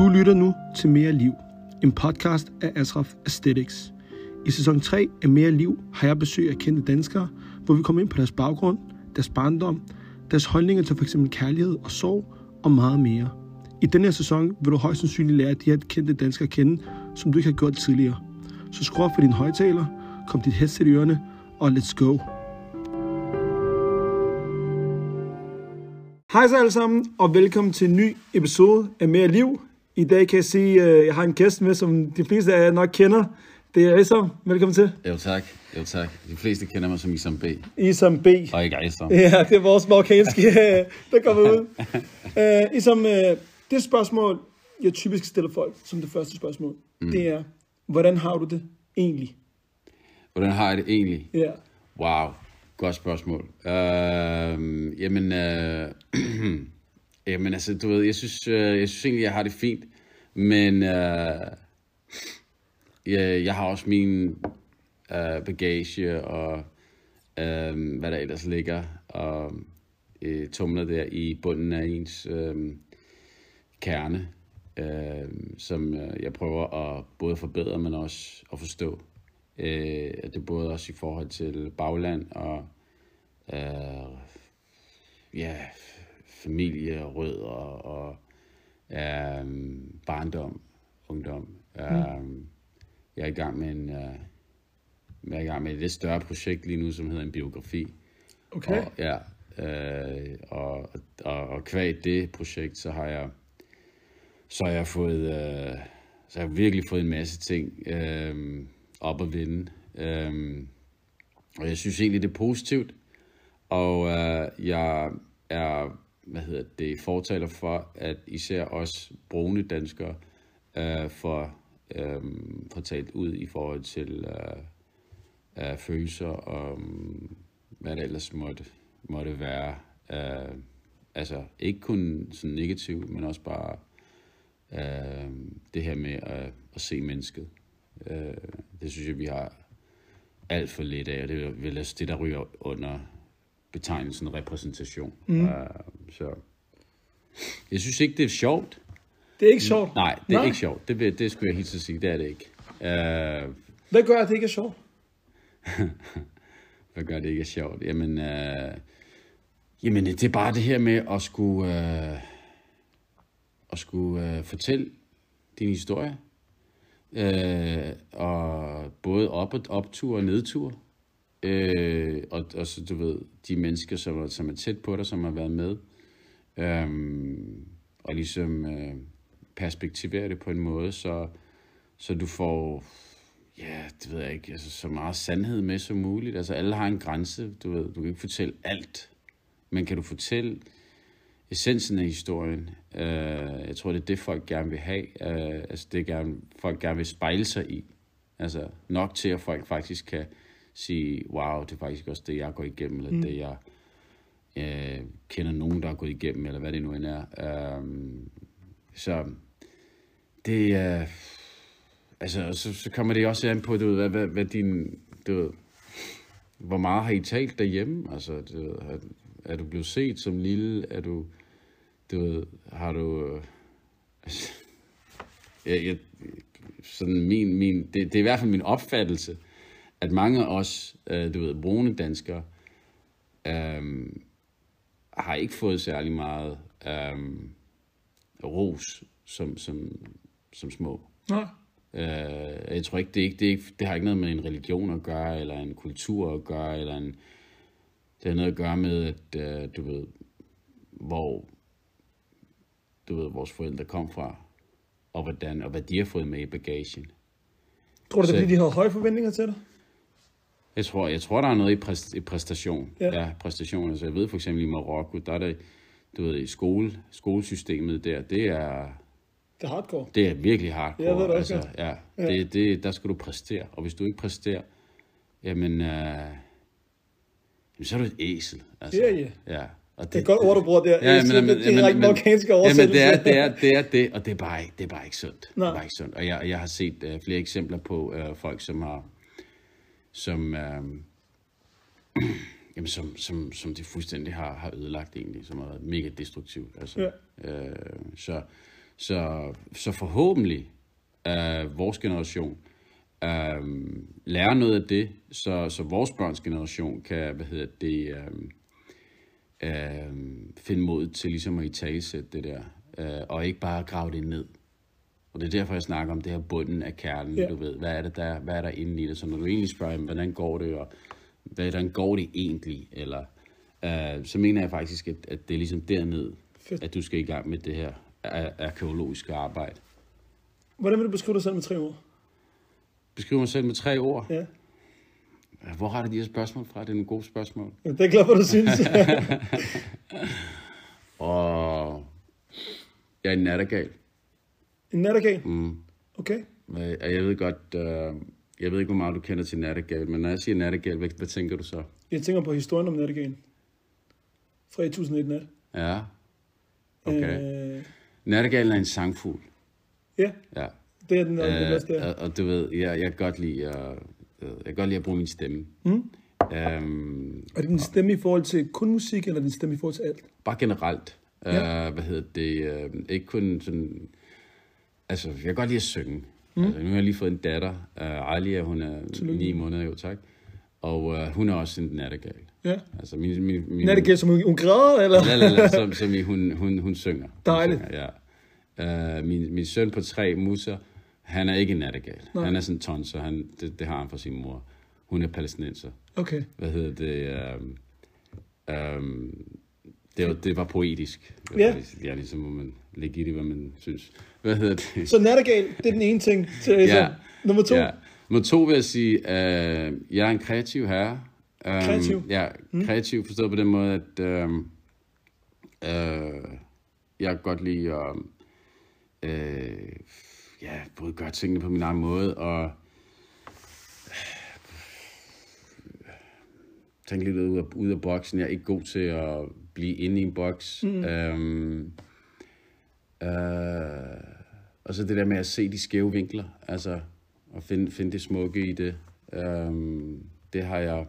Du lytter nu til Mere Liv, en podcast af Ashraf Aesthetics. I sæson 3 af Mere Liv har jeg besøg af kendte danskere, hvor vi kommer ind på deres baggrund, deres barndom, deres holdninger til f.eks. kærlighed og sorg og meget mere. I denne her sæson vil du højst sandsynligt lære de her kendte danskere at kende, som du ikke har gjort tidligere. Så skru op for din højtaler, kom dit headset i ørerne, og let's go! Hej så alle sammen, og velkommen til en ny episode af Mere Liv. I dag kan jeg sige, at jeg har en gæst med, som de fleste af jer nok kender. Det er Isam. Velkommen til. Jo tak. De fleste kender mig som Isam B. Isam B. Og ikke Isam. Ja, det er vores marokkanske, der kommer ud. Isam, det spørgsmål, jeg typisk stiller folk som det første spørgsmål, det er, hvordan har du det egentlig? Hvordan har jeg det egentlig? Ja. Wow, godt spørgsmål. Jamen altså, du ved, jeg synes egentlig, jeg har det fint, men jeg har også min bagage og hvad der ellers ligger og tumler der i bunden af ens kerne, som jeg prøver at både forbedre, men også at forstå. Det er både også i forhold til bagland og familie, rødder og barndom, ungdom. Jeg er i gang med et lidt større projekt lige nu, som hedder en biografi. Okay. Og kvad det projekt, så har jeg virkelig fået en masse ting op at vinde. Og jeg synes egentlig, det er positivt. Og jeg er fortaler for, at især os brune danskere får talt ud i forhold til følelser og hvad det ellers måtte være. Altså ikke kun sådan negativt, men også bare det her med at se mennesket. Det synes jeg, vi har alt for lidt af, og det er vel også det, der ryger under betegnelsen repræsentation. Så jeg synes ikke, det er sjovt. Det er ikke sjovt? Nej, det er ikke sjovt. Det skulle jeg helt så sige, det er det ikke. Hvad gør, at det ikke er sjovt? Hvad gør det ikke er sjovt? Jamen, det er bare det her med at skulle fortælle din historie. Og både optur og nedtur. Og så du ved, de mennesker, som er tæt på dig, som har været med. Og ligesom perspektivere det på en måde, så du får, det ved jeg ikke, altså så meget sandhed med som muligt. Altså alle har en grænse, du ved, du kan ikke fortælle alt, men kan du fortælle essensen af historien? Jeg tror, det er det, folk gerne vil have. Altså det folk gerne vil spejle sig i. Altså nok til, at folk faktisk kan sige, wow, det er faktisk også det, jeg går igennem, eller det, jeg kender nogen, der er gået igennem, eller hvad det nu end er. Så det er... altså, så kommer det også an på, du ved, hvad din... Du ved, hvor meget har I talt derhjemme? Altså, du ved, er du blevet set som lille? Er du... Du ved, har du... sådan det er i hvert fald min opfattelse, at mange af os, du ved, brune danskere, har ikke fået særlig meget ros som små. Nej. Jeg tror ikke, det har ikke noget med en religion at gøre, eller en kultur at gøre, eller det har noget at gøre med, at du ved, hvor vores forældre kom fra, og hvad de har fået med i bagagen. Tror du, det er, fordi de havde høje forventninger til dig? Jeg tror, der er noget i præstation. Ja. Præstation. Altså, jeg ved for eksempel i Marokko, der er det, du ved, i skolesystemet der, det er hardcore. Det er virkelig hardcore. Jeg ved det også. Altså, der skal du præstere. Og hvis du ikke præsterer, jamen så er du et æsel. Altså, ja. Og det er godt ord, du bruger der. Det er ikke marokkanske oversættelse. Jamen, det er det, og det er bare ikke sundt. Nej. Det er bare ikke sundt. Og jeg har set flere eksempler på folk, som det fuldstændig har ødelagt egentlig, som har været mega destruktivt. Altså. Så forhåbentlig vores generation lærer noget af det, så vores børns generation kan, finde mod til ligesom at italesætte det der, og ikke bare grave det ned. Og det er derfor, jeg snakker om det her bunden af kernen, du ved, hvad er der inde i det, så når du egentlig spørger, hvordan går det, og hvordan går det egentlig, eller så mener jeg faktisk, at det er ligesom dernede, at du skal i gang med det her arkæologiske arbejde. Hvordan vil du beskrive dig selv med 3 ord? Beskrive mig selv med 3 ord? Ja. Hvor har du de her spørgsmål fra? Det er nogle gode spørgsmål. Ja, det er klart, hvad du synes. Og jeg er en nattergal. En nattergal? Mm. Okay. Jeg ved godt, jeg ved ikke, hvor meget du kender til nattergal, men når jeg siger nattergal, hvad tænker du så? Jeg tænker på historien om nattergalen. Fra 1001 nat. Ja. Okay. Nattergalen er en sangfugl. Ja. Ja. Det er den der. Og du ved, jeg kan godt lide at bruge min stemme. Mm. Er det din stemme i forhold til kun musik, eller din stemme i forhold til alt? Bare generelt. Ikke kun sådan... Altså, jeg kan godt lide at synge. Altså, nu har jeg lige fået en datter. Alia, hun er 9 måneder, jo tak. Og hun er også en nattergal. Ja. Altså, min nattergal, som hun græder, eller? Som hun synger. Dejligt. Hun synger, ja. Min søn på 3, Musa, han er ikke en nattergal. Nej. Han er sådan en tonser. Det har han fra sin mor. Hun er palæstinenser. Okay. Det var poetisk. Ja. Ja, ligesom må man lægge i det, hvad man synes. Så nattergal, det er den ene ting. Ja. Nummer 2? Ja. Nummer 2 vil jeg sige, jeg er en kreativ herre. Kreativ? Ja, kreativ forstået på den måde, at jeg kan godt lide at både gøre tingene på min egen måde, og tænke lidt ud af boksen. Jeg er ikke god til at blive inde i en boks. Og så det der med at se de skæve vinkler, altså at finde det smukke i det. Det har jeg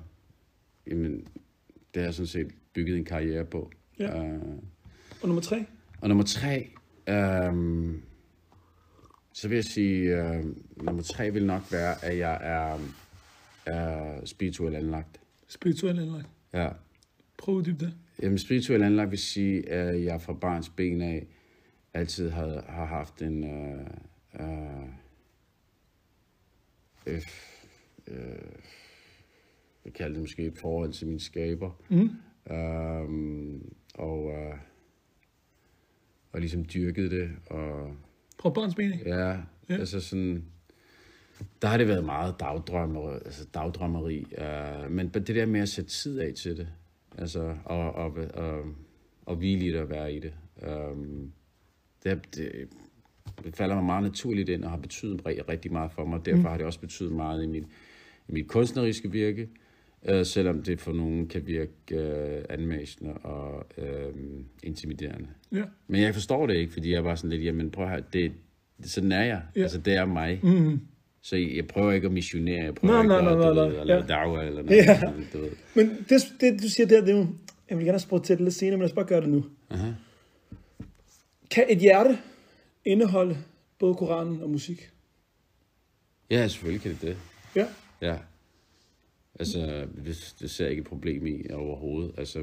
sådan set bygget en karriere på. Ja. Og nummer 3? Og nummer 3, så vil jeg sige, nummer 3 vil nok være, at jeg er spirituelt anlagt. Spirituelt anlagt? Ja. Prøv at uddybe det. Jamen, spirituelt anlagt vil sige, at jeg fra barns ben af altid har haft en jeg kalder det måske et forhold til min skaber. Og ligesom dyrket det. Og fra barns ben? Ja, altså sådan... Der har det været meget dagdrømmeri, men det der med at sætte tid af til det, altså og hvile i det og være i det, det falder mig meget naturligt ind og har betydet rigtig meget for mig. Derfor har det også betydet meget i mit kunstneriske virke, selvom det for nogen kan virke anmæsende og intimiderende. Ja. Men jeg forstår det ikke, fordi jeg var sådan lidt, jamen prøv at høre, sådan er jeg, altså det er mig. Så jeg prøver ikke at missionere, jeg prøver ikke at lave dagwa eller noget. Ja. Men det du siger der, det er jo, jeg vil gerne have spurgt til det lidt senere, men lad os bare gøre det nu. Uh-huh. Kan et hjerte indeholde både Koranen og musik? Ja, selvfølgelig kan det. Ja? Ja. Altså, det ser jeg ikke et problem i overhovedet. Altså,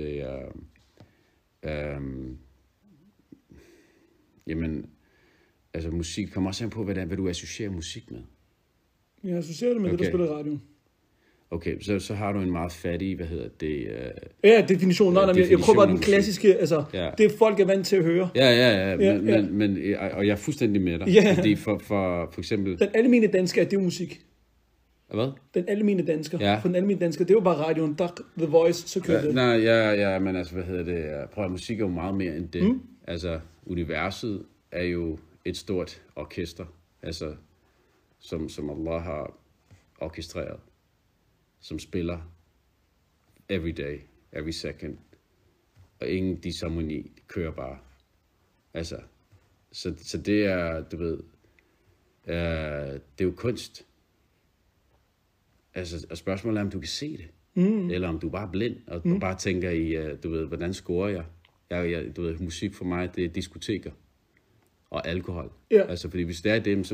jamen, altså musik kommer også an på, hvad du associerer musik med. Jeg associerer det med det, der spiller i radioen. Okay, så har du en meget fattig, ja, definition. Jeg prøver bare den klassiske, altså, det folk er vant til at høre. Men og jeg er fuldstændig med dig. Ja. Fordi for eksempel... Den almene dansker, det er jo musik. Hvad? Den almene dansker. Ja. For den almene dansker, det er jo bare radioen, The Voice, så kører det. Nej, men altså, prøv at musik er jo meget mere end det. Altså, universet er jo et stort orkester, altså, som Allah har orkestreret, som spiller every day, every second, og ingen disharmoni, de kører bare. Altså, så det er, du ved, det er jo kunst. Altså, og spørgsmålet er, om du kan se det, eller om du bare er blind, og bare tænker i, du ved, hvordan scorer jeg? Du ved, musik for mig, det er diskoteker. og alkohol. Ja. Altså, fordi hvis det er det,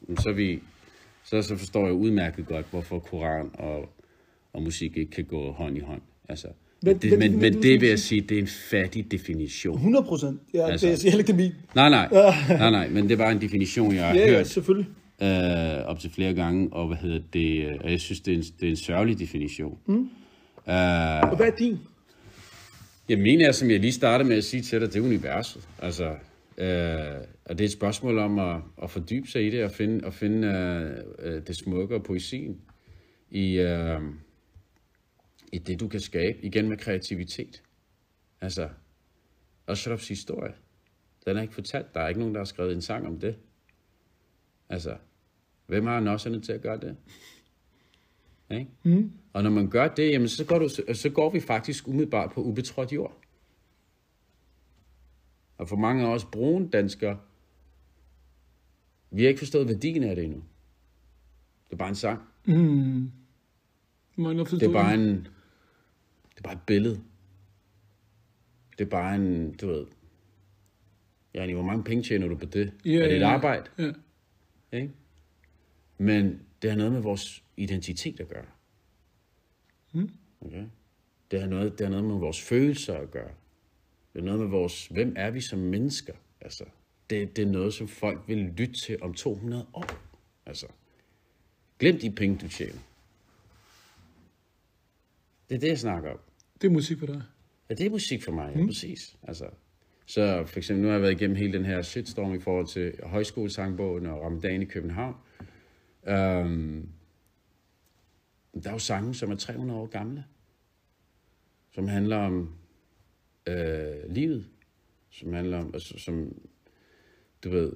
så forstår jeg udmærket godt, hvorfor Koran og musik ikke kan gå hånd i hånd. Altså, men det vil jeg sige, det er en fattig definition. 100%. Ja, Altså. det er heller ikke min. Nej, men det er bare en definition, jeg har hørt. Ja, selvfølgelig. Op til flere gange, og og jeg synes, det er en sørgelig definition. Og hvad er din? Min er, som jeg lige startede med at sige til dig, det er universet. Altså, og det er et spørgsmål om at fordybe sig i det, og finde det smukke og poesien i det, du kan skabe, igen med kreativitet. Altså, Ashrafs historie, den er ikke fortalt. Der er ikke nogen, der har skrevet en sang om det. Altså, hvem har nosserne til at gøre det? Okay? Og når man gør det, jamen, så går vi faktisk umiddelbart på ubetrådt jord. Og for mange af os brune danskere, vi har ikke forstået værdien af det endnu. Det er bare en sang. Det er bare et billede. Det er bare en, du ved, hvor mange penge tjener du på det? Er det et arbejde? Ja. Ikke? Men det har noget med vores identitet at gøre. Okay? Det har noget med vores følelser at gøre. Det er noget med hvem er vi som mennesker? Altså, det er noget, som folk vil lytte til om 200 år. Altså, glem de penge, du tjener. Det er det, jeg snakker om. Det er musik for dig? Ja, det er musik for mig, ja, præcis. Altså, så for eksempel, nu har jeg været igennem hele den her shitstorm i forhold til højskolesangbogen og Ramadan i København. Der er jo sange, som er 300 år gamle, som handler om livet, som handler om, altså, som, du ved,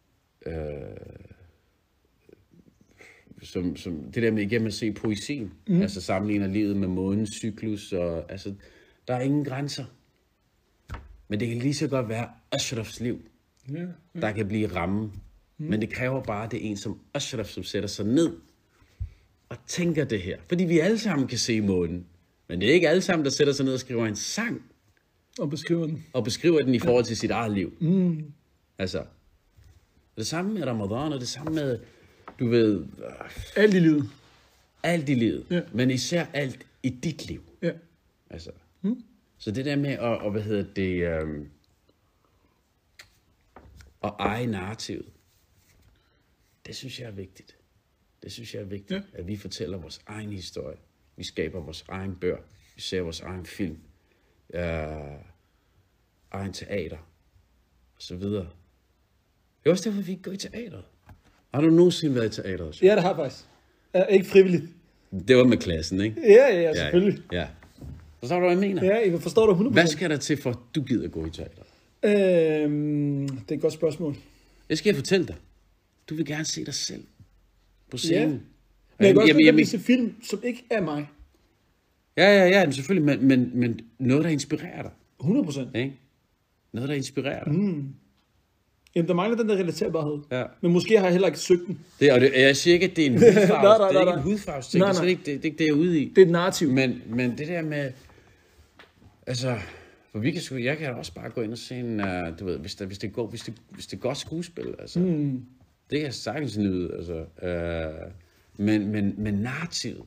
som det der med igennem at se poesien, altså sammenligner livet med månens cyklus, og altså, der er ingen grænser. Men det kan lige så godt være Ashrafs liv, der kan blive rammen. Men det kræver bare, det er en som Ashraf, som sætter sig ned og tænker det her. Fordi vi alle sammen kan se månen. Men det er ikke alle sammen, der sætter sig ned og skriver en sang. Og beskriver den. Og beskriver den i forhold til sit eget liv. Altså, det samme med Ramadan, og det samme med, du ved... alt i livet. Alt i livet. Ja. Men især alt i dit liv. Ja. Altså. Så det der med at eje narrativet, det synes jeg er vigtigt. Det synes jeg er vigtigt, at vi fortæller vores egen historie. Vi skaber vores egen bøger. Vi ser vores egen film. Egen teater. Og så videre. Det er også derfor, vi ikke går i teateret. Har du nogensinde været i teateret? Ja, det har jeg faktisk. Ikke frivilligt. Det var med klassen, ikke? Ja, selvfølgelig. Ja. Forstår du, hvad jeg mener? Ja, jeg forstår det 100%. Hvad skal der til, for at du gider gå i teateret? Det er et godt spørgsmål. Jeg skal fortælle dig. Du vil gerne se dig selv på scenen. Men jeg kan også godt vise film, som ikke er mig. Ja, men selvfølgelig. Men noget, der inspirerer dig. 100%. Ikke? Noget, der inspirerer dig. Jamen, der mangler den der relaterbarhed. Ja. Men måske har jeg heller ikke søgt den. Jeg siger ikke, at det er en hudfarve. Nej. Det er ikke en hudfarvesting. Det er ikke det, jeg er ude i. Det er et narrativ. Men det der med... Altså... For jeg kan også bare gå ind og se en... du ved, hvis det er godt skuespil. Altså, det kan jeg sagtens nyde. Altså, men narrativet...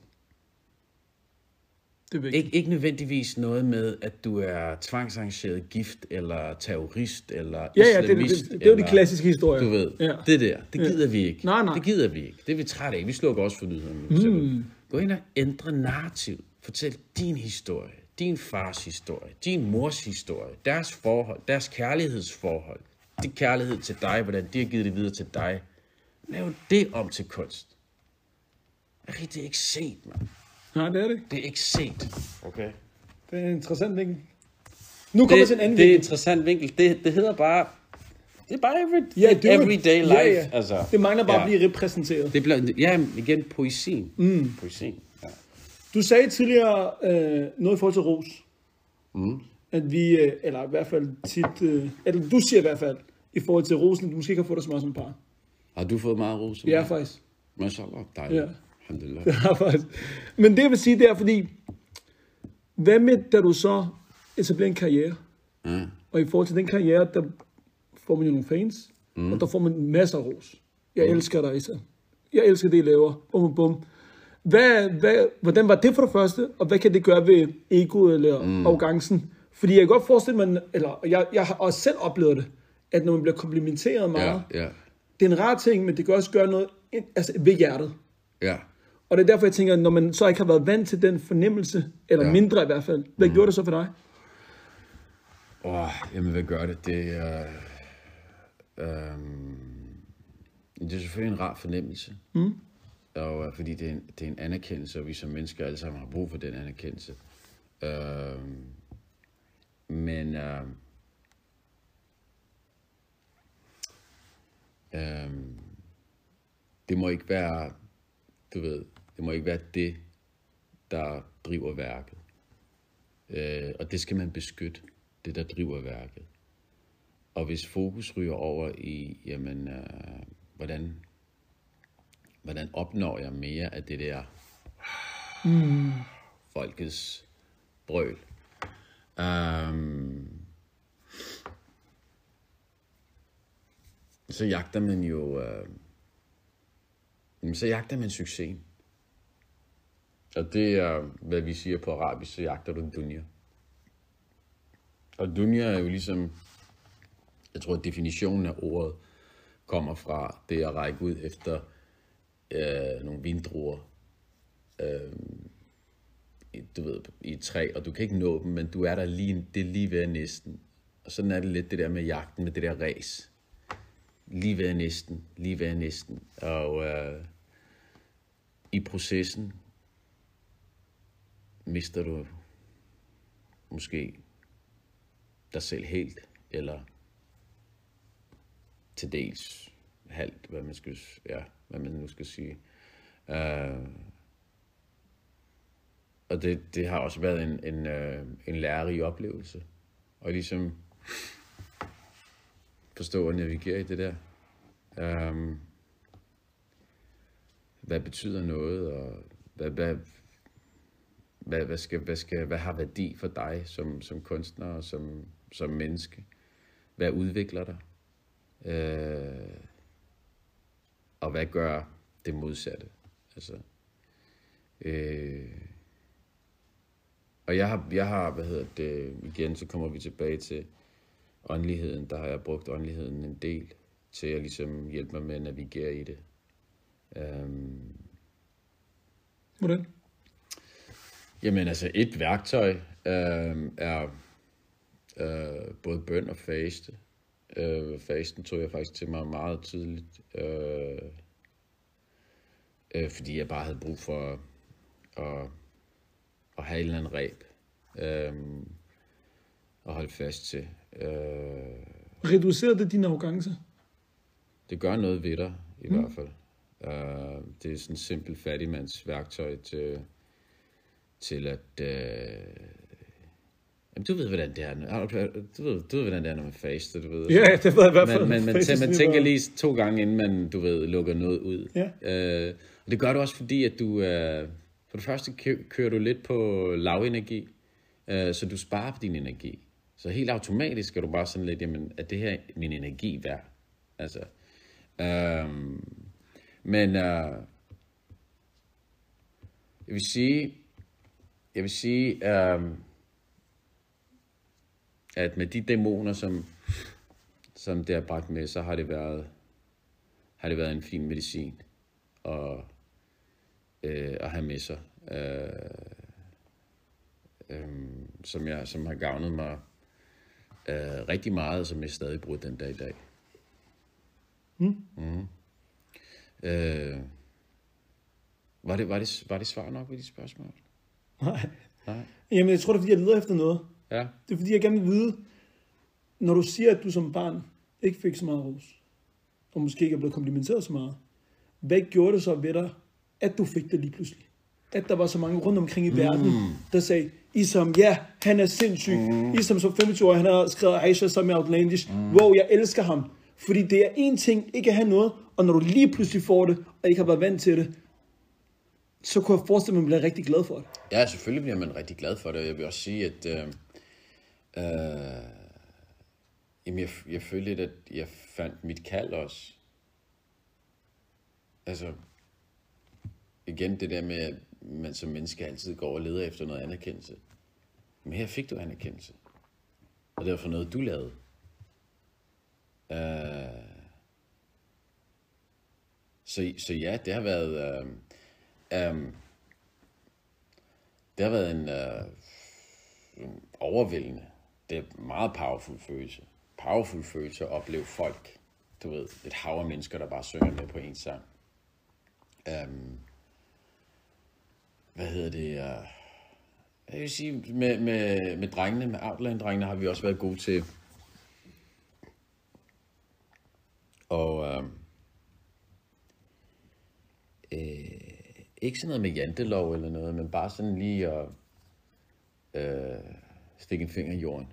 Ikke nødvendigvis noget med, at du er tvangsarrangeret gift, eller terrorist, eller islamist. Det er jo de klassiske historier. Du ved, det gider vi ikke. Nej. Det gider vi ikke. Det er vi trætte af. Vi slukker også for nyhederne. Gå ind og ændre narrativ. Fortæl din historie, din fars historie, din mors historie, deres forhold, deres kærlighedsforhold. Det kærlighed til dig, hvordan de har givet det videre til dig. Lav det om til kunst. Det er ikke set, mand. Nej, det er det. Det er ikke set. Okay. Det er en interessant vinkel. Nu kommer til en anden vinkel. Det er en interessant vinkel. Det hedder bare... Det er bare everyday life. Ja. Altså, det mangler bare at blive repræsenteret. Det bliver, igen, poesien. Poesien, ja. Du sagde tidligere noget i forhold til ros. At vi, eller i hvert fald tit... eller du siger i hvert fald, i forhold til rosen, du måske ikke har fået dig så meget som par. Har du fået meget ros? Ja, faktisk. Mashallah, dejligt. Ja. Det har faktisk. Men det jeg vil sige, det er fordi, hvad med, da du så etablerer en karriere? Og i forhold til den karriere, der får man jo nogle fans. og der får man masser af ros. Jeg elsker dig, Isa. Jeg elsker det, I laver. Bum, bum. Hvordan var det for det første, og hvad kan det gøre ved egoet eller arrogancen? Fordi jeg kan godt forestille mig, eller jeg har også selv oplevet det, at når man bliver komplimenteret meget, det er en rar ting, men det kan også gøre noget ved hjertet. Ja. Og det er derfor, jeg tænker, når man så ikke har været vant til den fornemmelse, eller mindre i hvert fald, hvad gjorde det så for dig? Jamen, hvad gør det? Det er selvfølgelig en rar fornemmelse. Og fordi det er en anerkendelse, og vi som mennesker alle sammen har brug for den anerkendelse. Men det må ikke være, det må ikke være det, der driver værket. Og det skal man beskytte, det der driver værket. Og hvis fokus ryger over i, jamen, hvordan opnår jeg mere af det der folkets brøl? Så jagter man jo, så jagter man succesen. Og det er, hvad vi siger på arabisk, så jagter du dunya. Og dunya er jo ligesom, jeg tror, at definitionen af ordet kommer fra det at række ud efter nogle vindruer, i et træ, og du kan ikke nå dem, men du er der lige, det er lige ved næsten. Og sådan er det lidt det der med jagten, med det der ræs. Lige ved næsten. Og i processen mister du måske dig selv helt, eller til dels halvt, hvad man nu skal sige. Og det har også været en lærerig oplevelse. Og ligesom forstå og navigere i det der. Hvad betyder noget, og hvad har værdi for dig som kunstner og som menneske? Hvad udvikler dig? Og hvad gør det modsatte? Altså, og jeg har, igen, så kommer vi tilbage til åndeligheden. Der har jeg brugt åndeligheden en del til at ligesom hjælpe mig med at navigere i det. Hvordan? Jamen altså, et værktøj er både bøn og faste. Fasten tog jeg faktisk til mig meget tidligt, fordi jeg bare havde brug for at have en eller anden reb at holde fast til. Reducerede det din arrogance? Det gør noget ved dig, i hvert fald. Det er sådan en simpel fattigmands værktøj til at... Jamen, du ved, hvordan det er. Du ved, hvordan det er, når man faster, du ved. Ja, det ved jeg i hvert fald. Man tænker lige 2 gange, inden man, lukker noget ud. Ja. Og det gør du også, fordi at du... for det første kører du lidt på lavenergi, så du sparer på din energi. Så helt automatisk er du bare sådan lidt, jamen, er det her min energi værd? Altså... Men jeg vil sige, at med de dæmoner, som det har bragt med, så har det været en fin medicin at have med sig, som har gavnet mig rigtig meget, som jeg stadig bruger den dag i dag. Var det svar nok ved de spørgsmål? Nej. Jamen, jeg tror, det er, fordi jeg leder efter noget. Ja. Det er, fordi jeg gerne vil vide, når du siger, at du som barn ikke fik så meget ros, og måske ikke er blevet komplimenteret så meget, hvad gjorde det så ved dig, at du fik det lige pludselig? At der var så mange rundt omkring i verden, der sagde, Isam, ja, han er sindssyg. Isam som 25 år, han har skrevet Aisha som er outlandish. Wow, jeg elsker ham. Fordi det er en ting, ikke at have noget, og når du lige pludselig får det, og ikke har været vant til det, så kunne jeg forestille mig, at man bliver rigtig glad for det. Ja, selvfølgelig bliver man rigtig glad for det. Jeg vil også sige, at Jamen, jeg følte lidt, at jeg fandt mit kald også. Altså, igen det der med, at man som menneske altid går og leder efter noget anerkendelse. Men her fik du anerkendelse. Og det var for noget, du lavede. Så ja, det har været... det har været en overvældende. Det er en meget powerful følelse. Powerful følelse at opleve folk. Du ved, et hav af mennesker, der bare synger med på en sang. Hvad hedder det? Jeg vil sige, med drengene, med Outland-drengene, har vi også været gode til. Og ikke sådan noget med jantelov eller noget, men bare sådan lige at stikke en finger i jorden.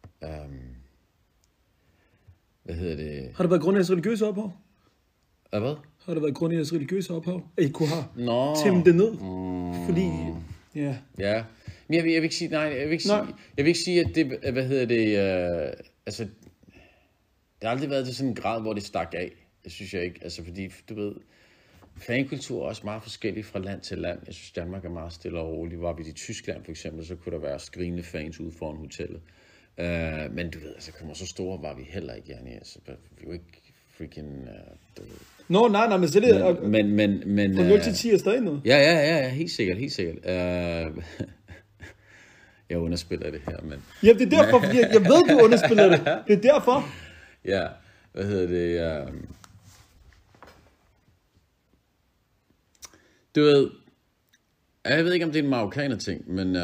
Hvad hedder det? Har det været grund af jeres religiøse ophav? Hvad? Har det været grund af jeres religiøse ophav? At I kunne have tæmmet det ned? Fordi, ja. Ja, men jeg vil ikke sige, jeg vil ikke sige, at det, hvad hedder det, altså, det har aldrig været til sådan en grad, hvor det stak af. Det synes jeg ikke, altså fordi, du ved, fankultur er også meget forskellig fra land til land. Jeg synes, Danmark er meget stille og roligt. Var vi i Tyskland for eksempel, så kunne der være skrigende fans ude foran hotellet. Men du ved, altså, så store var vi heller ikke, Janne. Altså, vi er jo ikke freaking... Nej, men så det Men... Fra 0 til 10 er stadig noget. Ja, helt sikkert. Jeg underspiller det her, men... Ja, det er derfor, fordi jeg ved, du underspiller det. Det er derfor. Ja, hvad hedder det... Du ved... Jeg ved ikke, om det er en marokkaner-ting, men...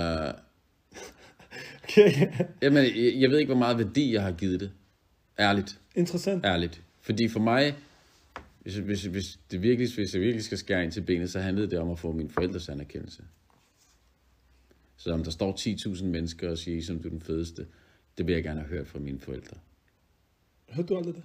Okay. Jamen, jeg ved ikke, hvor meget værdi jeg har givet det. Ærligt. Interessant. Ærligt. Fordi for mig, hvis jeg virkelig skal skære ind til benet, så handlede det om at få min forældres anerkendelse. Så om der står 10.000 mennesker og siger, som du er den fedeste, det vil jeg gerne have hørt fra mine forældre. Hørte du aldrig det?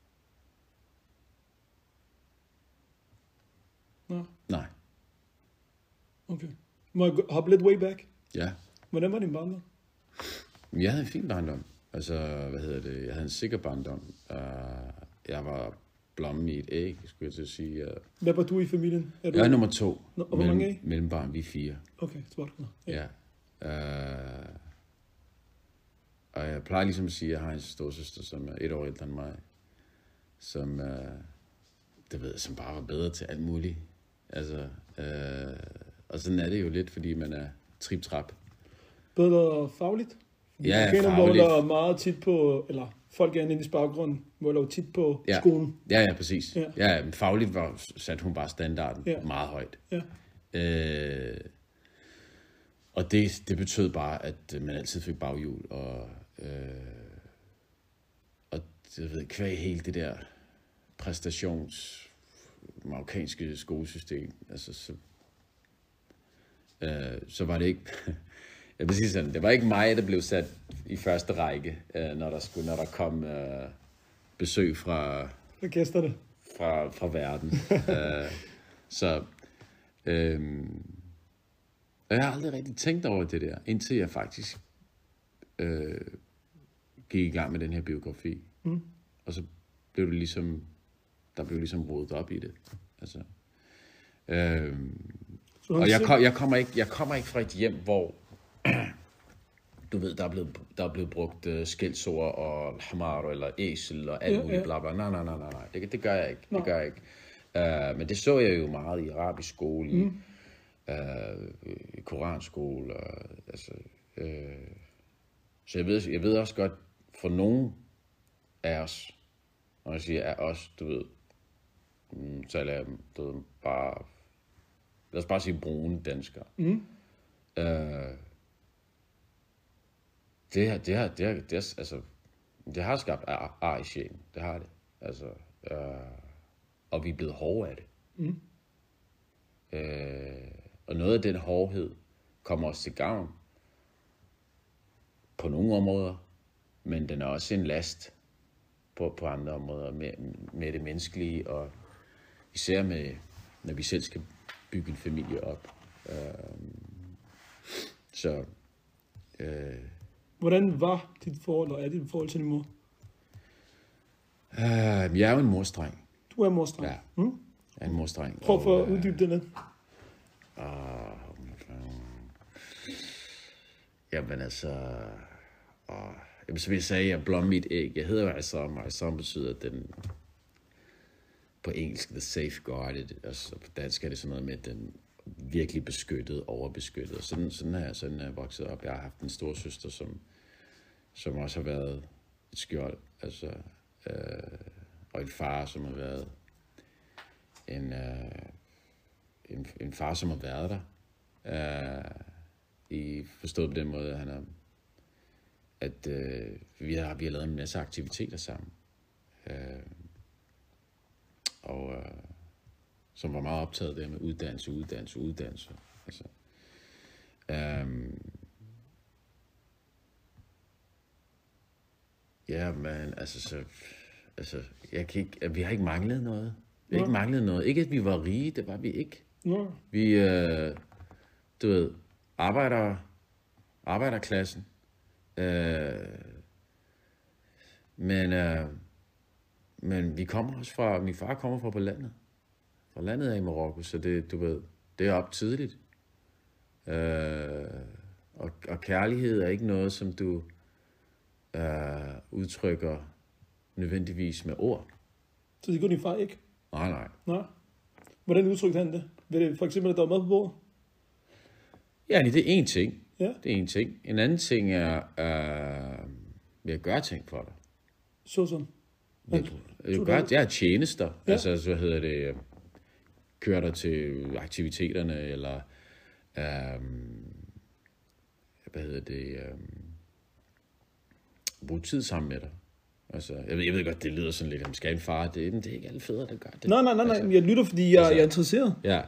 Nå. Nej. Okay. Må jeg hoppe lidt way back? Ja. Hvordan var din barndom? Jeg havde en fin barndom. Altså, jeg havde en sikker barndom. Jeg var blommen i et æg, skulle jeg til at sige. Hvad var du i familien? Jeg er nummer 2. Og hvor mange af? Mellembarn, vi er 4. Okay, smart. Ja. Og jeg plejer ligesom at sige, at jeg har en storsøster, som er 1 år ældre end mig. Som, som bare var bedre til alt muligt. Altså, og sådan er det jo lidt, fordi man er trip-trap. Bedre fagligt? Ja, fagligt. måler meget tit på, eller folk er inde i baggrund, måler jo tit på ja. skolen. Ja, præcis. Ja, men fagligt satte hun bare standarden meget højt. Ja. Og det betød bare, at man altid fik baghjul, og jeg ved, kvæg hele det der marokkanske skolesystem, altså så var det ikke, jeg vil sige sådan, det var ikke mig, der blev sat i første række, når der kom besøg fra gæsterne fra verden. Og jeg har aldrig rigtig tænkt over det der, indtil jeg faktisk gik i gang med den her biografi. Og så blev det ligesom, der blev ligesom rodet op i det. Altså, og jeg kommer ikke fra et hjem, hvor du ved, der er blevet brugt skældsord og hamar eller æsel og alt muligt bla bla. Nej. Det gør jeg ikke. Det gør jeg ikke. Men det så jeg jo meget i arabisk skole, i koranskole. Så jeg ved også godt, for nogen af os, når jeg siger af os, du ved, så er jeg bare, lad os bare sige brune danskere. Det har skabt ar i sjælen. Det har det. Altså, og vi er blevet hårde af det. Og noget af den hårdhed kommer os til gavn på nogle områder, men den er også en last på andre områder med det menneskelige, og især når vi selv skal bygge en familie op. Hvordan var dit forhold, og er dit forhold til din mor? Jeg er jo en morstreng. Du er morstreng. Ja, jeg er en morstreng. Prøv at få uddybe det lidt. Jamen altså... som jeg sagde, jeg blom mit æg. Jeg hedder jo Aizam, og Aizam betyder den... På engelsk, the safeguarded. Altså på dansk er det sådan noget med den virkelig beskyttet, overbeskyttet. Og sådan er jeg vokset op. Jeg har haft en stor søster, som også har været et skjold. Altså, og en far, som har været en far, som har været der. I forstået på den måde, at vi har lavet en masse aktiviteter sammen. Som var meget optaget der med uddannelse. Altså, ja, men altså, vi har ikke manglet noget. Vi har ikke manglet noget. Ikke at vi var rige, det var vi ikke. Vi, du ved, arbejderklassen. Men vi kommer også fra, min far kommer fra på landet. Fra landet af i Marokko, så det, du ved, det er op tidligt. Og kærlighed er ikke noget, som du udtrykker nødvendigvis med ord. Så det gør din far ikke? Nej. Hvordan udtrykte han det? Ved det for eksempel, at der var mad på bordet? Ja, det er én ting. Ja. Det er én ting. En anden ting er, ved at gøre ting for dig. Sådan. Jeg tjenester. Ja. Altså, kører dig til aktiviteterne, eller bruge tid sammen med dig. Altså, jeg ved godt, det lyder sådan lidt, at skal en far, det er ikke alle fædre, der gør det. Nej, altså, jeg lytter, fordi jeg er interesseret. Ja.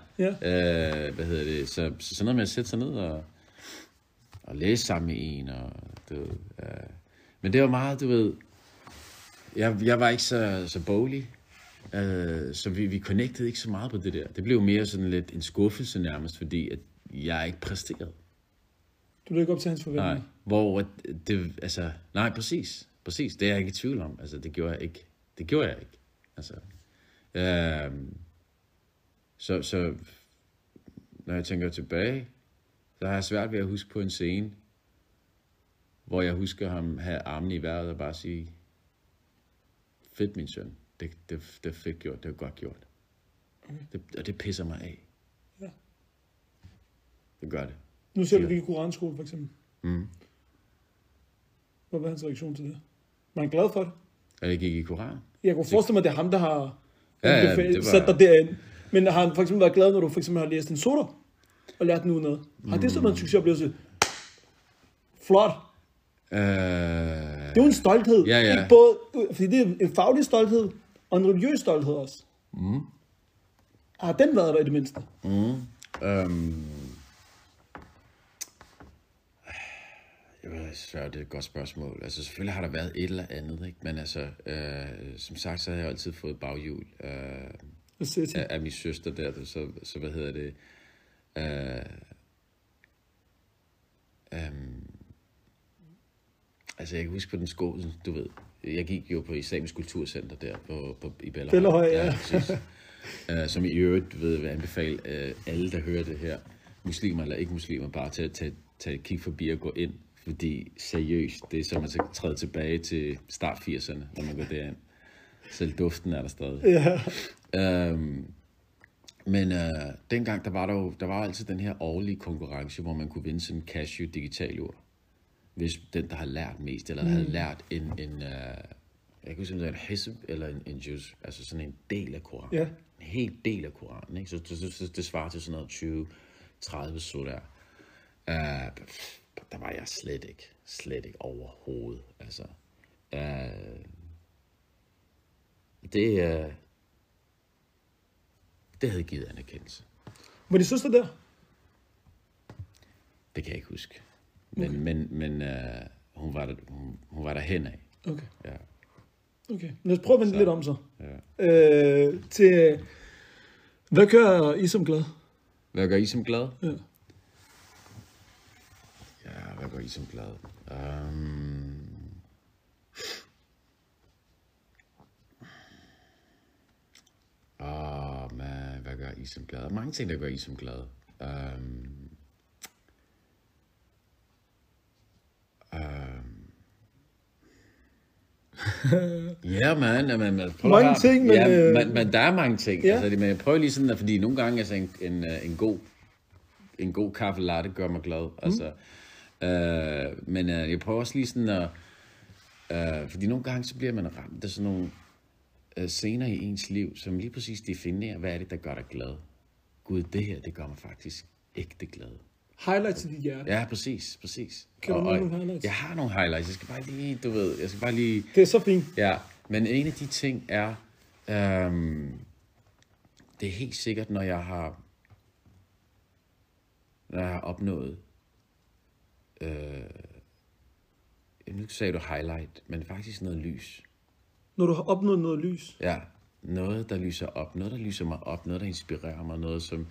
Så sådan noget med at sætte sig ned og læse sammen med en, og men det var meget, du ved, jeg var ikke så boglig, så vi connectede ikke så meget på det der. Det blev mere sådan lidt en skuffelse nærmest, fordi at jeg ikke præsterede. Du lød ikke op til hans forventninger? Nej, hvor det, altså, nej, præcis, det er jeg ikke i tvivl om. Altså, det gjorde jeg ikke. Altså, så når jeg tænker tilbage, så har jeg svært ved at huske på en scene, hvor jeg husker ham have armene i vejret og bare sige, fedt min søn, det fik gjort, det var godt gjort. Og det pisser mig af. Ja. Det gør det. Nu ser du lige koranskole for eksempel. Hvad var hans reaktion til det? Var han glad for det? At jeg gik i koran? Jeg kunne forestille mig, at det er ham, der har sat dig derind. Men har han for eksempel været glad, når du for eksempel har læst en soda og lært den udenad? Har det så været en succesoplevelse? Flot. Det er jo en stolthed. Ja. Ikke både, fordi det er en faglig stolthed og en religiøs stolthed også. Har den været der i det mindste? Det er et godt spørgsmål. Altså selvfølgelig har der været et eller andet, ikke? Men altså, som sagt, så har jeg altid fået baghjul af min søster der, så hvad hedder det? Altså jeg kan huske på den skole, du ved, jeg gik jo på Islamisk Kulturcenter der i Bellahøj, ja. Som i øvrigt vil anbefale alle, der hører det her, muslimer eller ikke muslimer, bare til at tage et kig forbi og gå ind. Fordi seriøst, det er som at træde tilbage til start 80'erne, når man går derind. Selv duften er der stadig. Ja. Men dengang, der var altid den her årlige konkurrence, hvor man kunne vinde sådan en Casio digitalur. Hvis den, der har lært mest, eller der havde lært jeg kan huske, om det er en hizb eller en juz, altså sådan en del af Koranen. Ja. En hel del af Koranen, ikke? Så det svarer til sådan noget 20-30 så der. Der var jeg slet ikke overhovedet. Altså, det havde givet anerkendelse. Var din søster der? Det kan jeg ikke huske. Men hun var der hen af. Okay. Ja. Okay. Lad os prøve at vende lidt om så. Ja. Hvad gør I som glad? Hvad gør I som glad? Ja. Ja, hvad gør I som glad? Isam glad. Og mange ting, der gør Isam glad. Ja, man mange ting, men... Ja, men der er mange ting. Ja. Altså, men jeg prøver lige sådan, fordi nogle gange, altså en god kaffe latte gør mig glad. Altså, men jeg prøver også lige sådan at... fordi nogle gange, så bliver man ramt af sådan nogle scener i ens liv, som lige præcis definerer, hvad er det, der gør dig glad. Gud, det her, det gør mig faktisk ægte glad. Highlights i dit hjerte. Ja, præcis. Kan du nogle highlights? Jeg har nogle highlights. Jeg skal bare lige, Det er så fint. Ja, men en af de ting er, det er helt sikkert, når jeg har opnået, nu sagde du highlight, men faktisk noget lys. Når du har opnået noget lys? Ja, noget, der lyser op, noget, der lyser mig op, noget, der inspirerer mig, noget, som,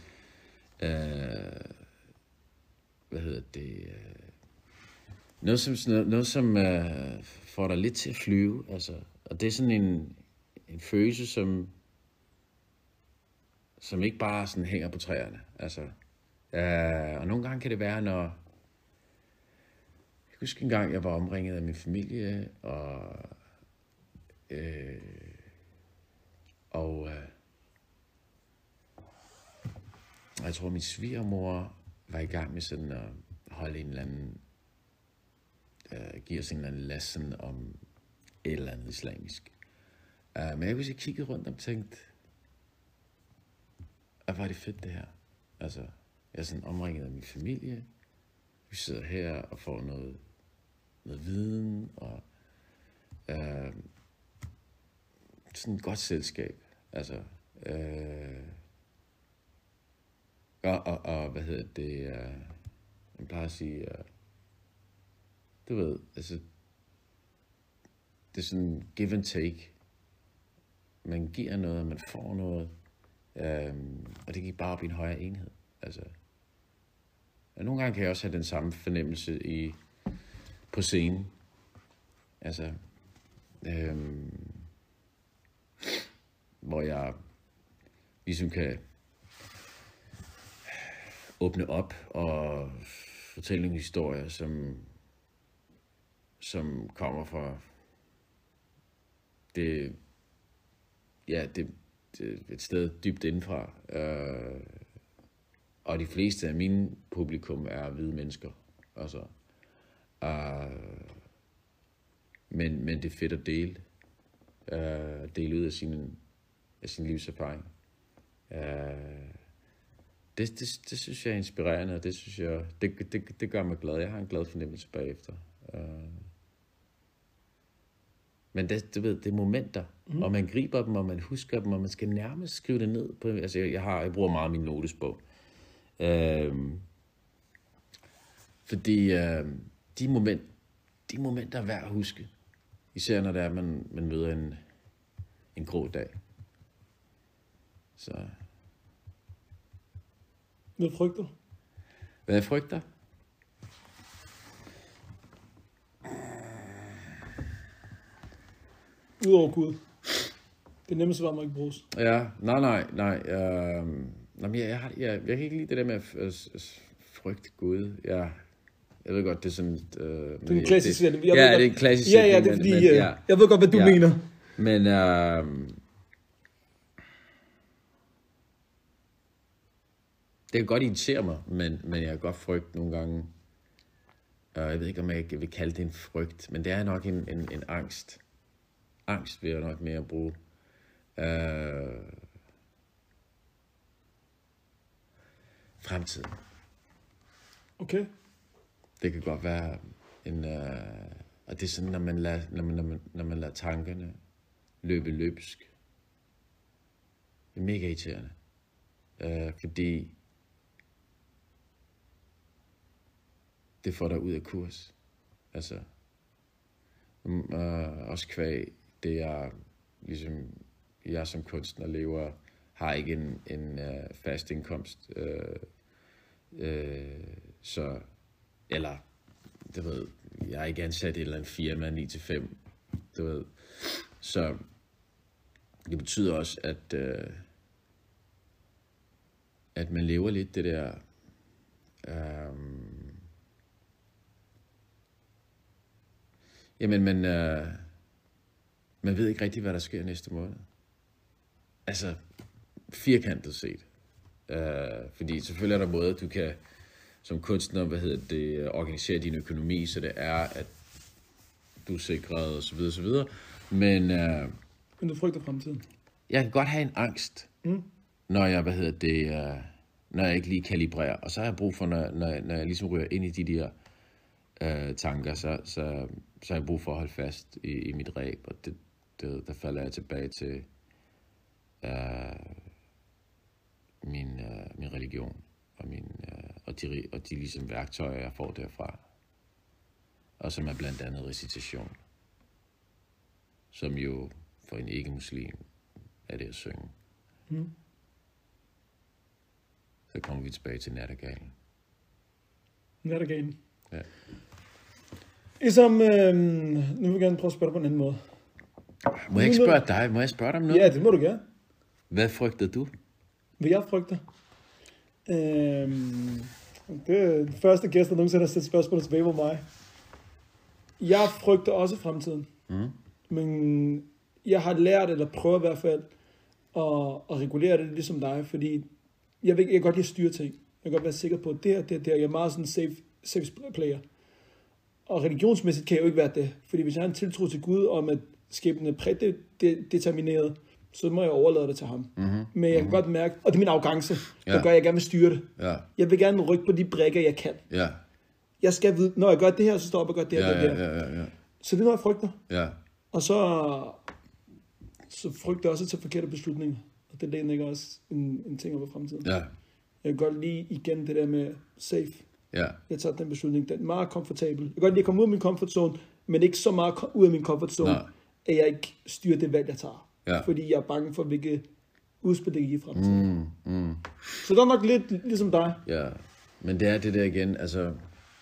noget, som får dig lidt til at flyve, altså, og det er sådan en følelse, som ikke bare sådan hænger på træerne, altså, og nogle gange kan det være, når, jeg husker en gang, jeg var omringet af min familie, og jeg tror, min svigermor var i gang med sådan at holde en eller anden, give os en eller anden lesson om et eller andet islamisk. Men jeg kiggede rundt og tænkte, hvor er det fedt det her. Altså, jeg er sådan omringet af min familie. Vi sidder her og får noget viden og sådan et godt selskab. Altså, og hvad hedder det, jeg plejer at sige, du ved, altså, det er sådan give and take. Man giver noget, man får noget, og det gik bare op i en højere enhed. Altså, og nogle gange kan jeg også have den samme fornemmelse på scenen. Altså, hvor jeg ligesom kan åbne op og fortælle nogle historier, som kommer fra det et sted dybt indenfra. Og de fleste af mine publikum er hvide mennesker. Altså, men det er fedt at dele ud af sin livserfaring. Det synes jeg er inspirerende, og det synes jeg, det gør mig glad. Jeg har en glad fornemmelse bagefter. Men det er momenter, og man griber dem, og man husker dem, og man skal nærmest skrive det ned. Altså, jeg bruger meget min notesbog. Fordi de momenter er værd at huske. Især når det er, man møder en grå dag. Så... Hvad frygter? Hvad jeg frygter? Udover Gud. Det nemmeste svar må ikke bruges. Ja, nej. Jeg kan ikke lide det der med at frygte Gud. Jeg ved godt, det er sådan... det er en klassisk sætning. Ja, det er en klassisk sætning. Ja, det er fordi... jeg ved godt, hvad du mener. Men... det kan godt irritere mig, men jeg kan godt frygte nogle gange. Jeg ved ikke, om jeg vil kalde det en frygt, men det er nok en angst. Angst vil jeg nok mere bruge. Fremtiden. Okay. Det kan godt være og det er sådan, når man lader tankerne løbe løbsk. Det er mega irriterende. Fordi det får dig ud af kurs. Altså, også kvæg, det jeg, ligesom, jeg som kunstner lever, har ikke en fast indkomst. Så, eller, du ved, jeg er ikke ansat i et eller andet firma 9-5, du ved. Så det betyder også, at at man lever lidt det der, jamen man ved ikke rigtig, hvad der sker næste måned. Altså, firkantet set. Fordi selvfølgelig er der måder, du kan som kunstner, organisere din økonomi, så det er, at du er sikret, og så videre, så videre. Men du frygter fremtiden? Jeg kan godt have en angst, når jeg, når jeg ikke lige kalibrerer. Og så har jeg brug for, når jeg ligesom ryger ind i de der tanker, så har jeg brug for at holde fast i mit ræb, og der falder jeg tilbage til min religion og de ligesom værktøjer, jeg får derfra. Og som er blandt andet recitation, som jo for en ikke-muslim er det at synge. Så kommer vi tilbage til nattergalen. Nattergalen? Ja. Ligesom, nu vil jeg gerne prøve at spørge dig på en anden måde. Må jeg ikke spørge dig? Må jeg spørge dig om noget? Ja, det må du gerne. Hvad frygter du? Hvad jeg frygter? Det er den første gæst, der nogensinde har sat spørgsmål tilbage på mig. Jeg frygter også fremtiden. Men jeg har lært, eller prøver i hvert fald, at regulere det ligesom dig, fordi jeg kan godt lide at styre ting. Jeg kan godt være sikker på, at det. Jeg er meget sådan safe player. Og religionsmæssigt kan jeg jo ikke være det. Fordi hvis jeg har en tiltro til Gud, om at skæbnen er prædetermineret, så må jeg overlade det til ham. Men jeg kan godt mærke, og det er min arrogance, der gør, at jeg gerne vil styre det. Ja. Jeg vil gerne rykke på de brækker, jeg kan. Ja. Jeg skal vide, når jeg gør det her, så står jeg op og gør det her. Ja. Så det er noget, jeg frygter. Ja. Og så frygter jeg også at tage forkerte beslutninger. Og det ligger også en ting over fremtiden. Ja. Jeg kan godt lide igen det der med safe. Ja. Jeg tager den beslutning, den er meget komfortabel. Jeg kan godt lide at komme ud af min comfort zone, men ikke så meget ud af min comfort zone, at jeg ikke styrer det valg, jeg tager. Ja. Fordi jeg er bange for, hvilke udspil det kan give fremtiden. Så der er nok lidt ligesom dig. Ja, men det er det der igen, altså...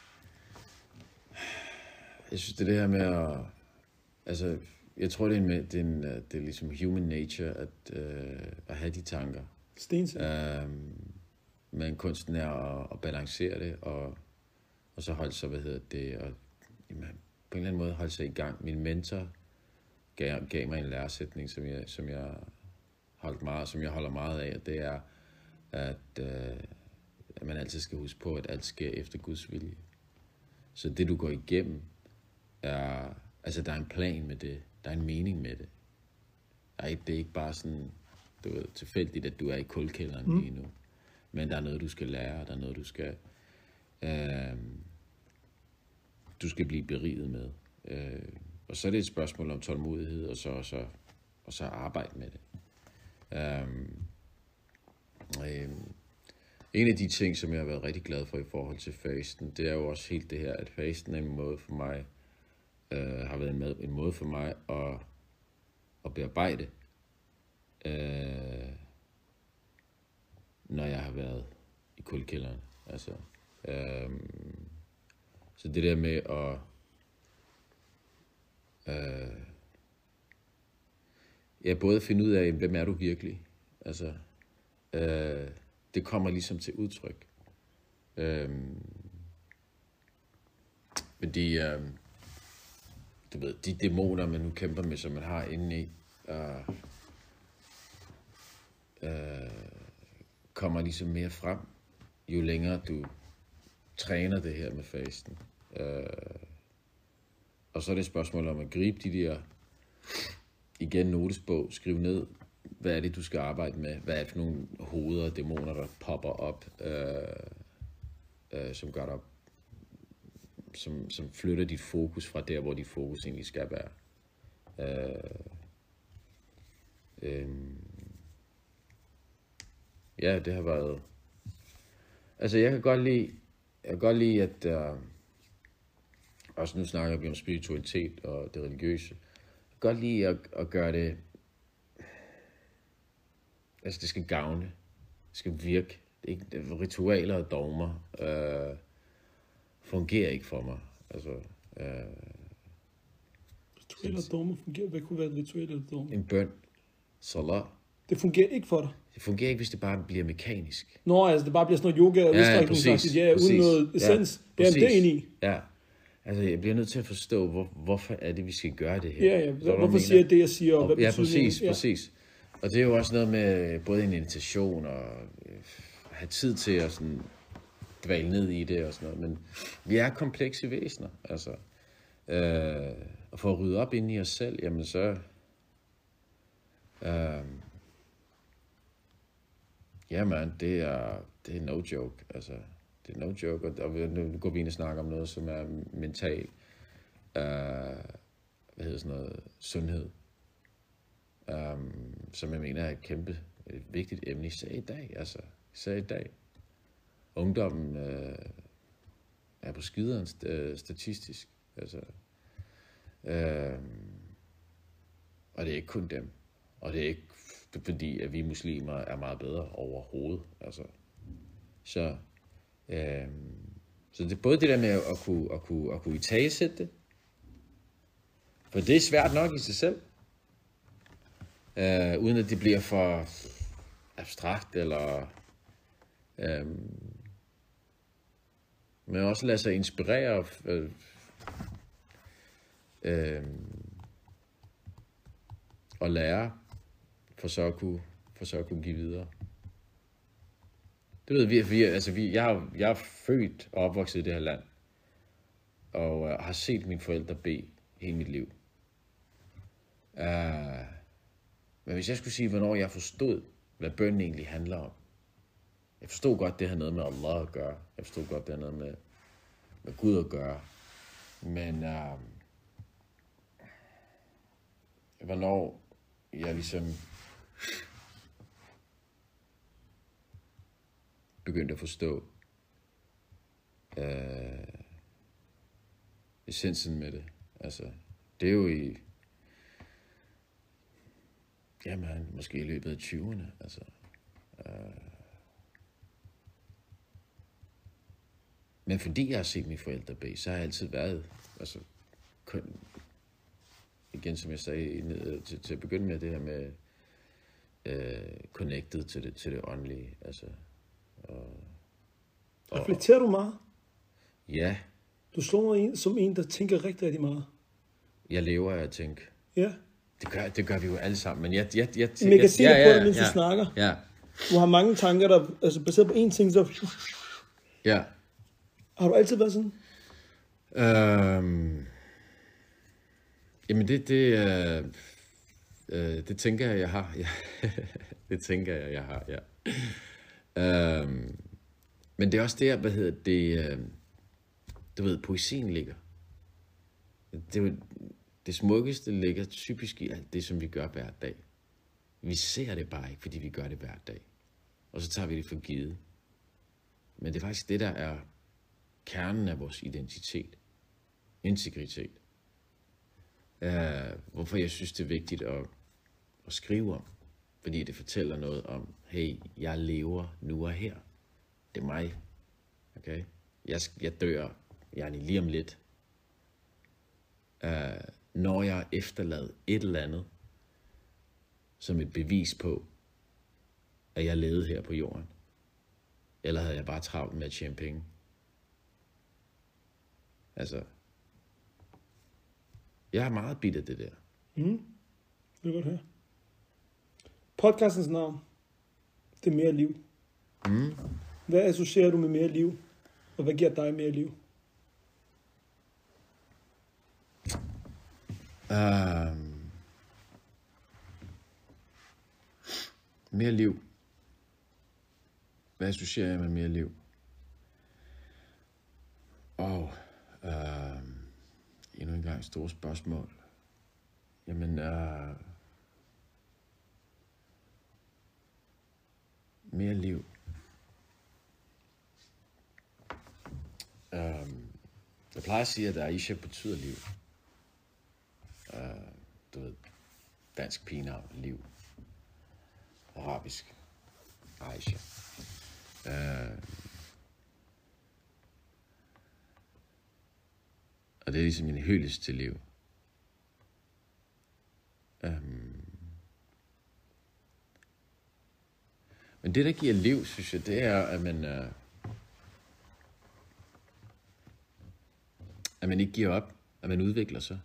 Jeg synes, det her med at... Altså, jeg tror, det er ligesom human nature, at have de tanker. Stensikker. Men kunsten er at balancere det, og så holde sig, og på en eller anden måde holde sig i gang. Min mentor gav mig en læresætning, som jeg holder meget af, og det er, at man altid skal huske på, at alt sker efter Guds vilje. Så det, du går igennem, der er en plan med det, der er en mening med det. Det er ikke bare sådan, tilfældigt, at du er i kulkælderen lige nu. Men der er noget, du skal lære, der er noget, du skal blive beriget med. Og så er det et spørgsmål om tålmodighed, og så arbejde med det. En af de ting, som jeg har været rigtig glad for i forhold til fasten, det er jo også helt det her, at fasten er en måde for mig, har været en måde for mig at bearbejde, når jeg har været i kuldekælderen. Altså, så det der med at både finde ud af, hvem er du virkelig? Altså, det kommer ligesom til udtryk. Fordi, du ved, de dæmoner, man nu kæmper med, som man har inde i, kommer ligesom mere frem, jo længere du træner det her med fasten. Og så er det et spørgsmål om at gribe de der, igen notesbog, skrive ned, hvad er det, du skal arbejde med, hvad er det for nogle hoveder og dæmoner, der popper op, som gør dig, som flytter dit fokus fra der, hvor dit fokus egentlig skal være. Ja, det har været... Altså, jeg kan godt lide, at... også nu snakker vi om spiritualitet og det religiøse. Jeg kan godt lide at gøre det... Altså, det skal gavne. Det skal virke. Ritualer og dogmer fungerer ikke for mig. Altså... Ritualer og dogmer fungerer? Hvad kunne være et ritual eller dogmer? En bøn. Salat. Det fungerer ikke for dig. Det fungerer ikke, hvis det bare bliver mekanisk. Nå, altså det bare bliver sådan noget yoga og udstrækningsagtigt, uden noget essens. Ja, det er enig i. Ja, altså jeg bliver nødt til at forstå, hvorfor er det, vi skal gøre det her. Ja. Hvorfor siger jeg det, jeg siger, og hvad betyder det? Ja, præcis. Og det er jo også noget med både en meditation og have tid til at sådan dvæle ned i det og sådan noget. Men vi er komplekse væsener, altså. Og for at rydde op ind i os selv, jamen så... Jamen, det er no joke, altså. Det er no joke, og nu går vi ind og snakker om noget, som er mental, sundhed. Som jeg mener er et vigtigt emne især i dag. Ungdommen er på skideren statistisk, altså. Og det er ikke kun dem, og det er ikke fordi, at vi muslimer er meget bedre overhovedet, altså. Så det er både det der med at kunne italesætte det, for det er svært nok i sig selv, uden at det bliver for abstrakt, eller men også lade sig inspirere og lære, for så at kunne give videre. Det ved vi, jeg er født og opvokset i det her land, og har set mine forældre bede hele mit liv. Men hvis jeg skulle sige, hvornår jeg forstod, hvad bønnen egentlig handler om. Jeg forstod godt, det har noget med Allah at gøre. Jeg forstod godt, det har noget med Gud at gøre. Men hvornår jeg ligesom begyndte at forstå essensen med det. Altså, det er jo måske i løbet af 20'erne, altså. Men fordi jeg har set mine forældre bede, så har jeg altid været, altså, igen som jeg sagde til at begynde med, det her med connected til det åndelige, altså. Reflekterer du meget? Ja. Du slår mig som en, der tænker rigtig, rigtig meget. Jeg lever af at tænke. Ja. Det gør vi jo alle sammen, men jeg tænker... Men jeg kan se det på dig, mens du snakker. Ja. Du har mange tanker, der altså baseret på én ting, så... Ja. Har du altid været sådan? Jamen det tænker jeg har. Ja. Det tænker jeg har, ja. Men det er også der, du ved, poesien ligger. Det smukkeste ligger typisk i alt det, som vi gør hver dag. Vi ser det bare ikke, fordi vi gør det hver dag. Og så tager vi det for givet. Men det er faktisk det, der er kernen af vores identitet. Integritet. Hvorfor jeg synes, det er vigtigt at skrive om. Fordi det fortæller noget om, hey, jeg lever nu og her. Det er mig. Okay? Jeg dør. Jeg er lige om lidt. Når jeg efterlader et eller andet, som et bevis på, at jeg levede her på jorden. Eller havde jeg bare travlt med at tjene penge. Altså, jeg er meget bidt af det der. Det er godt her. Podcastens navn, det er mere liv. Hvad associerer du med mere liv? Og hvad giver dig mere liv? Mere liv. Hvad associerer jeg med mere liv? Endnu en gang store spørgsmål. Jamen, mere liv. Jeg plejer at sige, at Aisha betyder liv. Du ved, dansk pigenavn, liv. Arabisk, Aisha. Og det er ligesom en hyldest til liv. Men det, der giver liv, synes jeg, det er, at man ikke giver op, at man udvikler sig.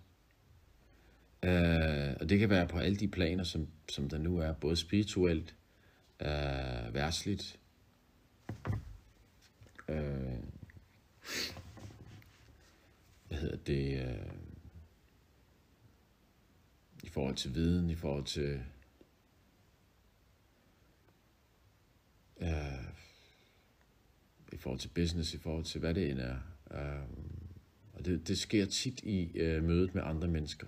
Og det kan være på alle de planer, som der nu er, både spirituelt, verdsligt, i forhold til viden, i forhold til business, i forhold til hvad det end er. Og det sker tit i mødet med andre mennesker.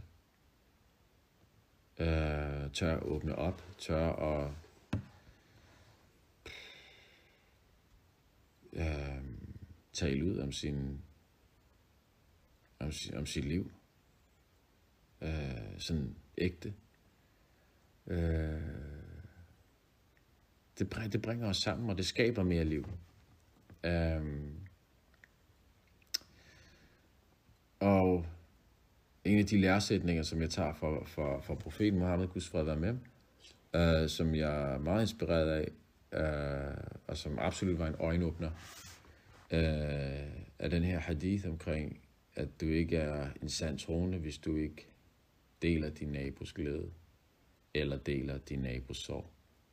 Tør at åbne op, tør at tale ud om sit liv. Sådan ægte. Det bringer os sammen, og det skaber mere liv. Og en af de læresætninger, som jeg tager fra profeten Muhammed, Guds fred være med, som jeg er meget inspireret af, og som absolut var en øjenåbner, er den her hadith omkring, at du ikke er en sand troende, hvis du ikke deler din nabos glæde, eller deler din nabos sorg.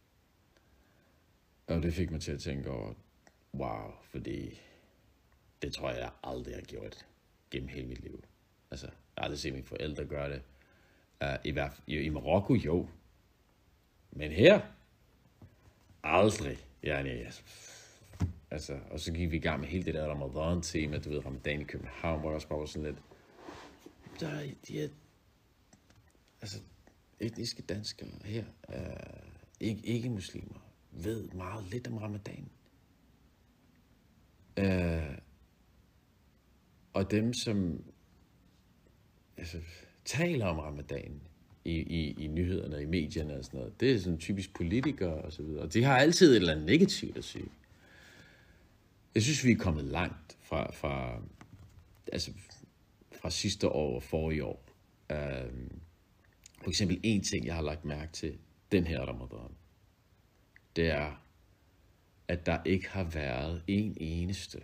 Og det fik mig til at tænke over, wow, fordi det tror jeg aldrig har gjort gennem hele mit liv. Altså, jeg har aldrig set mine forældre gøre det. I Marokko, jo. Men her, aldrig. Altså, og så gik vi i gang med hele det der Ramadan-tema, du ved, Ramadan i København, hvor jeg også bare var sådan lidt, altså, etniske danskere her, ikke muslimer, ved meget lidt om Ramadan. Og dem, som taler om Ramadan i nyhederne, i medierne og sådan noget, det er sådan typisk politikere og så videre. Og de har altid et eller andet negativt at sige. Jeg synes, vi er kommet langt fra sidste år og forrige år. For eksempel en ting, jeg har lagt mærke til den her Ramadan, det er, at der ikke har været en eneste,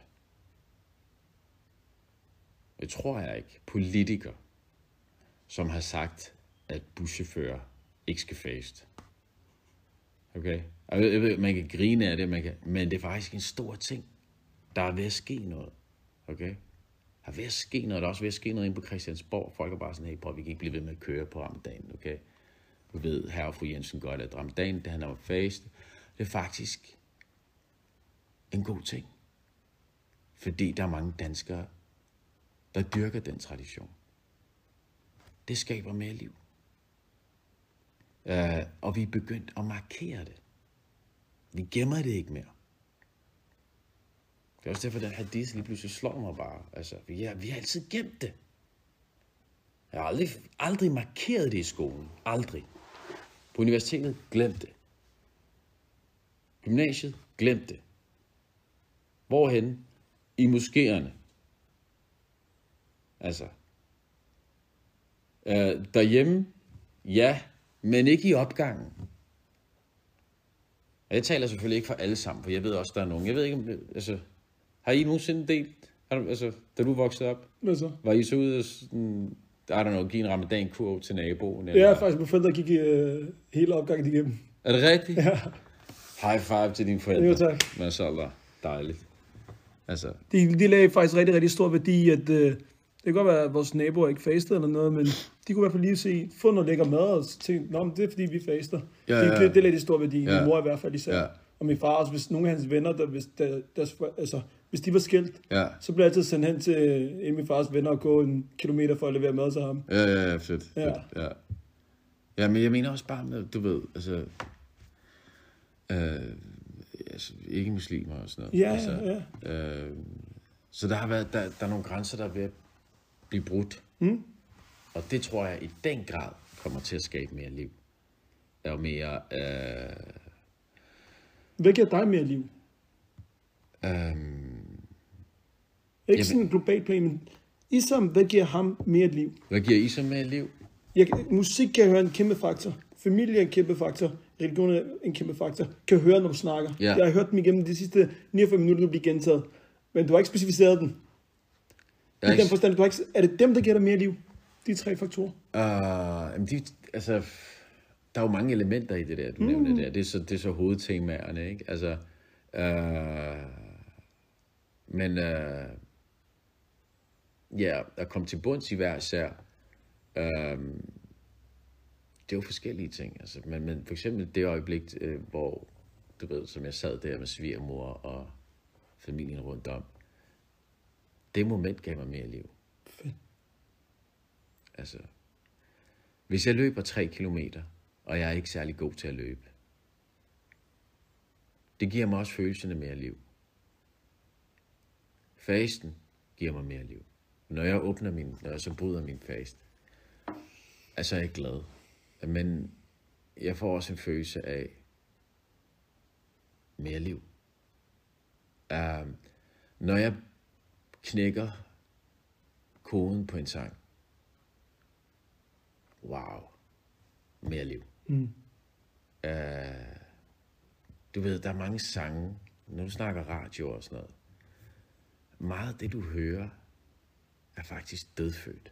jeg tror ikke, politiker, som har sagt, at buschauffører ikke skal faste. Okay? Og jeg ved, man kan grine af det, men det er faktisk en stor ting. Der er ved at ske noget. Okay? Der er ved at ske noget. Der er også ved at ske noget inde på Christiansborg. Folk er bare sådan, hey, prøv, vi kan ikke blive ved med at køre på Ramadan. Okay? Du ved, herre og fru Jensen godt, at Ramadan, det handler om at faste. Det er faktisk en god ting. Fordi der er mange danskere, der dyrker den tradition. Det skaber mere liv. Og vi er begyndt at markere det. Vi gemmer det ikke mere. Det er også derfor, den hadith lige pludselig slår mig bare. Altså, vi har altid gemt det. Jeg har aldrig markeret det i skolen. Aldrig. På universitetet, glem det. Gymnasiet, glem det. Hvorhen? I moskéerne. Altså. Derhjemme, ja, men ikke i opgangen. Og jeg taler selvfølgelig ikke for alle sammen, for jeg ved også, der er nogen. Jeg ved ikke, altså, har I nogensinde delt, da du voksede op? Hvad så? Var I så ude og sådan, give en ramadan-kurv til naboen? Eller? Ja, faktisk, mine forældre gik hele opgangen igennem. Er det rigtigt? Ja. High five til dine forældre. Jo, tak. Mashallah, dejligt. Altså. De lagde faktisk rigtig, rigtig stor værdi i, at det kan godt være, at vores naboer ikke fastede eller noget, men de kunne i hvert fald lige få noget lækker mad, og tænke, nå, men det er fordi, vi faster. Ja. Det lagde de stor værdi. Min mor i hvert fald især. Ja. Og min far også, hvis nogle af hans venner, hvis de var skilt, så blev jeg altid sendt hen til en af min fars venner og gå en kilometer for at levere mad til ham. Ja, fedt. Ja, men jeg mener også bare, du ved, altså ikke muslimer og sådan noget. Ja. Så der har været, der er nogle grænser, der er ved at blive brudt. Og det tror jeg i den grad kommer til at skabe mere liv. Og mere. Hvad giver dig mere liv? Ikke sådan en global plan, men Isam, hvad giver ham mere liv? Hvad giver Isam mere liv? Musik kan høre en kæmpe faktor. familie er en kæmpe faktor, religion er en kæmpe faktor. Kan høre, når du snakker. Ja. Jeg har hørt dem igennem de sidste 49 minutter, du bliver gentaget. Men du har ikke specificeret den. I den forstand, er det dem, der giver dig mere liv? De 3 faktorer? Der er jo mange elementer i det der, du nævner der. Det er så hovedtemaerne, ikke? Altså, at komme til bunds i hver især, det er jo forskellige ting. Altså, men for eksempel det øjeblik, hvor, du ved, som jeg sad der med svigermor og familien rundt om, det moment gav mig mere liv. Fedt. Altså, hvis jeg løber 3 kilometer, og jeg er ikke særlig god til at løbe, det giver mig også følelsen af mere liv. Fasten giver mig mere liv. Når jeg så bryder min fast, altså er jeg glad. Men jeg får også en følelse af mere liv. Når jeg knækker koden på en sang, wow, mere liv. Du ved, der er mange sange, når du snakker radio og sådan noget, meget af det du hører er faktisk dødfødt.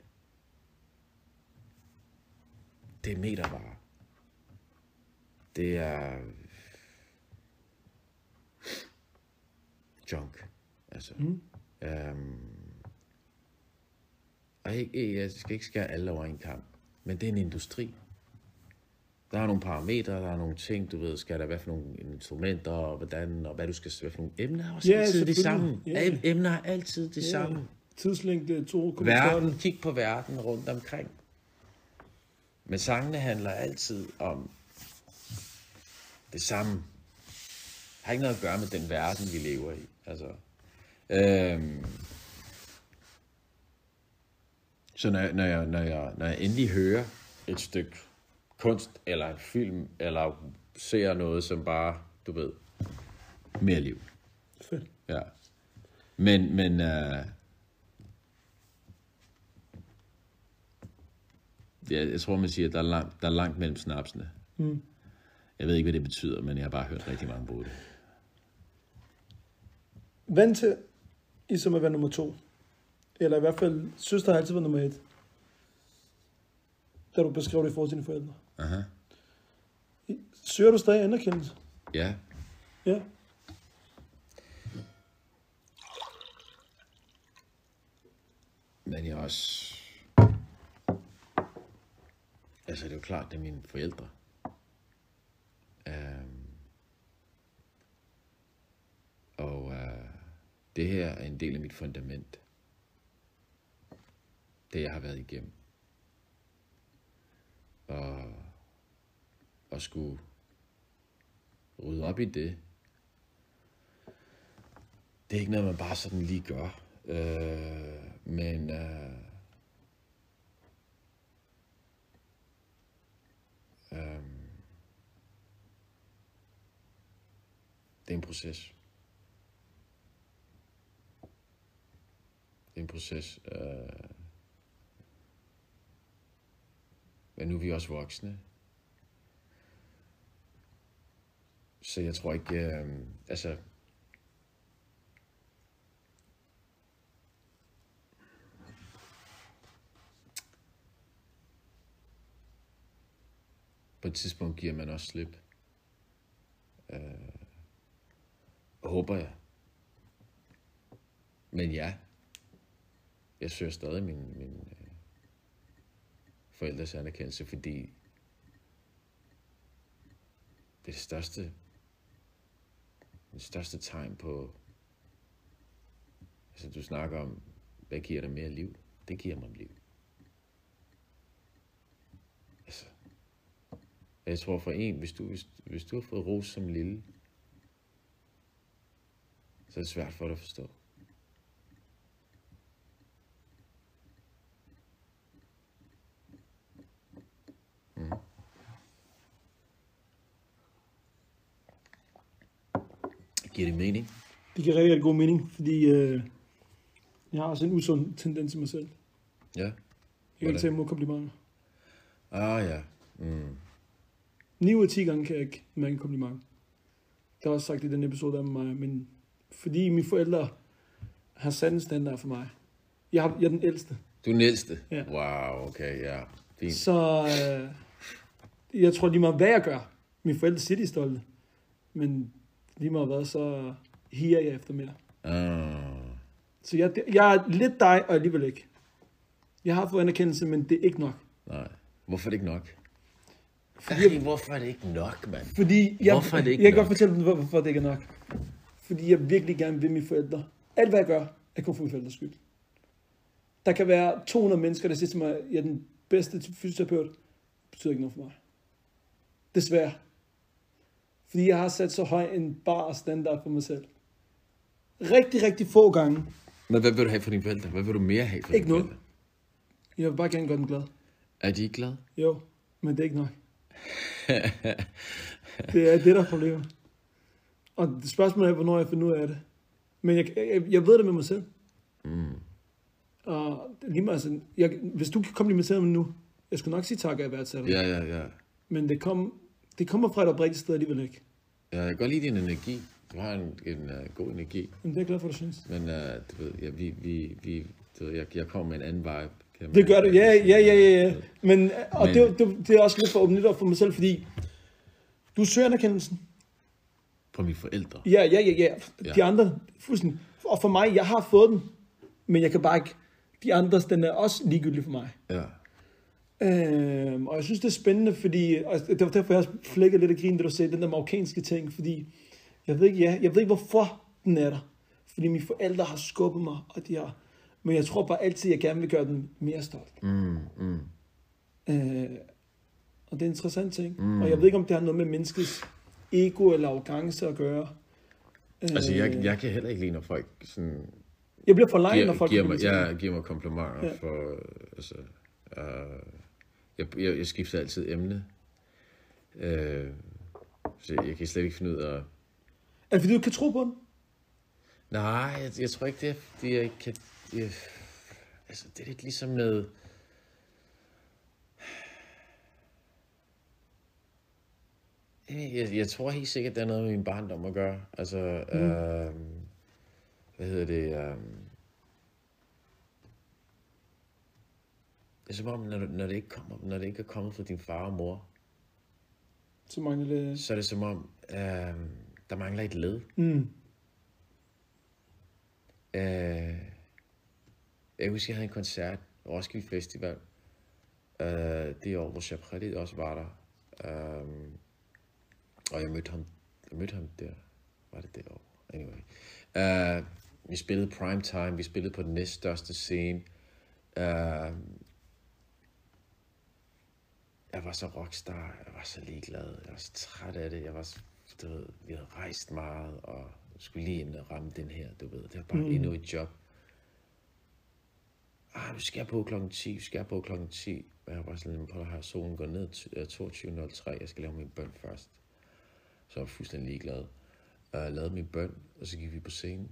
Det er metervare. Det er junk. Altså. Og jeg skal ikke skære alle over en kamp, men det er en industri. Der er nogle parametre, der er nogle ting, du ved, skal der være for nogle instrumenter, og hvordan, og hvad du skal være for nogle emner, er også altid det samme. Yeah. Emner er altid det samme. Tidslængde, 2,13. Verden, kig på verden rundt omkring. Men sangene handler altid om det samme. Det har ikke noget at gøre med den verden, vi lever i. Altså, så når jeg endelig hører et stykke kunst, eller en film, eller ser noget, som bare, du ved, mere liv. Fedt. Ja. Men jeg tror, man siger, at der er langt mellem snapsene. Jeg ved ikke, hvad det betyder, men jeg har bare hørt rigtig mange bruge det. Vand til, I som at være nummer 2. Eller i hvert fald, søster har altid været nummer 1. Da du beskrev det i forhold til dine forældre. Aha. Søger du stadig anerkendelse? Ja. Ja. Men jeg også... Altså, det er jo klart, det er mine forældre. Det her er en del af mit fundament. Det, jeg har været igennem. Og skulle rydde op i det. Det er ikke noget, man bare sådan lige gør. Men det er en proces. Det er en proces. Men nu er vi også voksne. Så jeg tror ikke, altså... På et tidspunkt giver man også slip. Håber jeg. Men ja, jeg søger stadig min forældres anerkendelse, fordi det største tegn på, altså du snakker om, hvad giver dig mere liv? Det giver mig liv. Altså, jeg tror for en, hvis du har fået ros som lille, så er det svært for dig at forstå. Giver det mening? Det giver rigtig god mening, fordi jeg har også en usund tendens i mig selv. Ja. Jeg kan ikke tage imod komplimenter. Ja. 9 ud af 10 gange kan jeg ikke mærke en kompliment. Det har jeg også sagt i den episode der med mig, men fordi mine forældre har sande standard for mig. Jeg er den ældste. Du er den ældste? Ja. Wow, okay, ja. Fint. Så jeg tror lige meget, hvad jeg gør. Mine forældre siger, de er stolte. Men lige meget hvad, så higer jeg efter mere. Så jeg er lidt dig, og alligevel ikke. Jeg har fået anerkendelse, men det er ikke nok. Nej. Hvorfor er det ikke nok? Fordi hvorfor er det ikke nok, mand? Fordi Hvorfor er det ikke jeg kan nok? godt fortælle dem, hvorfor det ikke er nok. Fordi jeg virkelig gerne vil mine forældre. Alt hvad jeg gør, er kun for mine forældres skyld. Der kan være 200 mennesker, der siger til mig, at jeg er den bedste fysioterapeut. Det betyder ikke noget for mig. Desværre. Fordi jeg har sat så høj en bar standard for mig selv. Rigtig, rigtig få gange. Men hvad vil du have for dine forældre? Hvad vil du mere have for Ikke dine noget. forældre? Jeg vil bare gerne gøre dem glad. Er de ikke glade? Jo, men det er ikke nok. Det er det, der er problemet. Og spørgsmålet er, hvornår jeg finder ud af det. Men jeg ved det med mig selv. Og lige meget sådan, hvis du kan komplimentere mig nu, jeg skulle nok sige tak, at jeg værdsætter dig. Ja. Men det kommer fra et oprigtigt sted alligevel ikke. Ja, jeg kan godt lide din energi. Du har en god energi. Men det er jeg glad for, du synes. Men du ved, du ved, jeg kommer med en anden vibe. Det gør du, ja. Men det er også lidt for åbent op for mig selv, fordi du søger anerkendelsen. På mine forældre? Ja. De andre, fuldstændig. Og for mig, jeg har fået den, men jeg kan bare ikke. De andres, den er også ligegyldig for mig. Ja. Og jeg synes, det er spændende, fordi, og det var derfor, jeg også flækkede lidt af grinen, da du sagde, den der marokkanske ting, fordi, jeg ved ikke hvorfor den er der. Fordi mine forældre har skubbet mig, og de har, men jeg tror bare altid, jeg gerne vil gøre dem mere stolt. Og det er en interessant ting. Og jeg ved ikke, om det har noget med menneskets ego eller arrogance at gøre. Altså, jeg kan heller ikke lide, når folk sådan... Jeg bliver for lej, når folk giver mig komplimenter Ja. for... Altså, jeg skifter altid emne. Så jeg kan slet ikke finde ud af... Er det fordi, du kan tro på den? Nej, jeg tror ikke, det er, fordi jeg ikke kan... Altså, det er lidt ligesom med... Jeg tror helt sikkert, det er noget med min barndom at gøre. Altså, hvad hedder det? Det er som om, når det ikke er kommet fra din far og mor, Så mangler det... så er det som om, der mangler et led. Jeg husker, jeg havde en koncert, Roskilde Festival, det år, hvor Chapredi også var der. Og jeg mødte ham der. Var det år? Anyway. Vi spillede prime time, vi spillede på den næststørste scene. Jeg var så rockstar, jeg var så ligeglad, jeg var så træt af det, vi havde rejst meget, og skulle lige ind og ramme den her, du ved, det var bare endnu et job. Du skal på klokken 10, og jeg var sådan, på her solen går ned 22.03, jeg skal lave min bøn først. Så jeg var fuldstændig ligeglad. Jeg lavede min bøn, og så gik vi på scenen.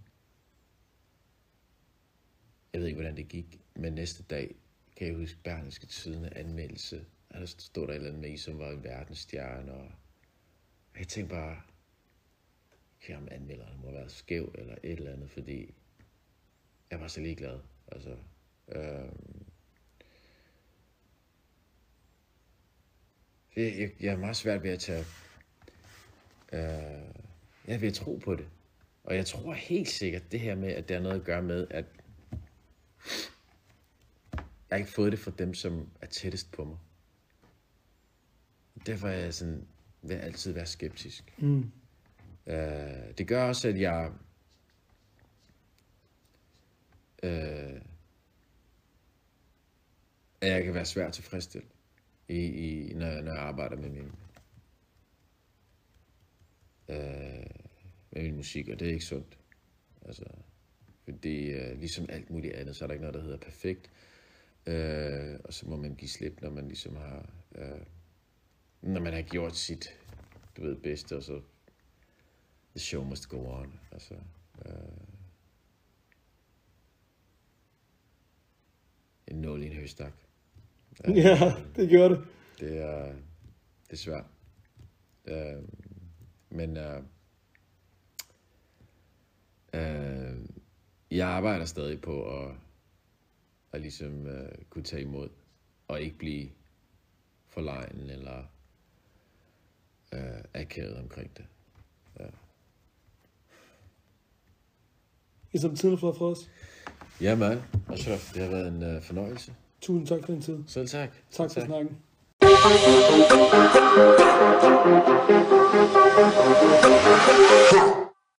Jeg ved ikke, hvordan det gik, men næste dag kan jeg huske Berlingske Tidende anmeldelse. Der stod der et eller andet med I, som var en verdensstjerne, og jeg tænkte bare, okay, om anmelderen må være skæv eller et eller andet, fordi jeg var så ligeglad. Altså, jeg er meget svært ved at tage, jeg vil tro på det. Og jeg tror helt sikkert det her med, at det har noget at gøre med, at jeg ikke fået det fra dem, som er tættest på mig. Derfor er jeg sådan, vil altid være skeptisk. Det gør også, at jeg kan være svær at tilfredsstille, når jeg arbejder med min musik, og det er ikke sundt. Altså, fordi ligesom alt muligt andet, så er der ikke noget, der hedder perfekt. Og så må man give slip, når man ligesom har, når man har gjort sit, du ved, bedste, og så the show must go on. Altså, en nål i en høstak. Ja, det gjorde det. Det er svært. Men jeg arbejder stadig på at ligesom kunne tage imod, og ikke blive forlegen eller akavet omkring det. Ja. I som tiden for os. Ja, man. Og så det har været en fornøjelse. Tusind tak for din tid. Selv tak. Tak for snakken. Ha!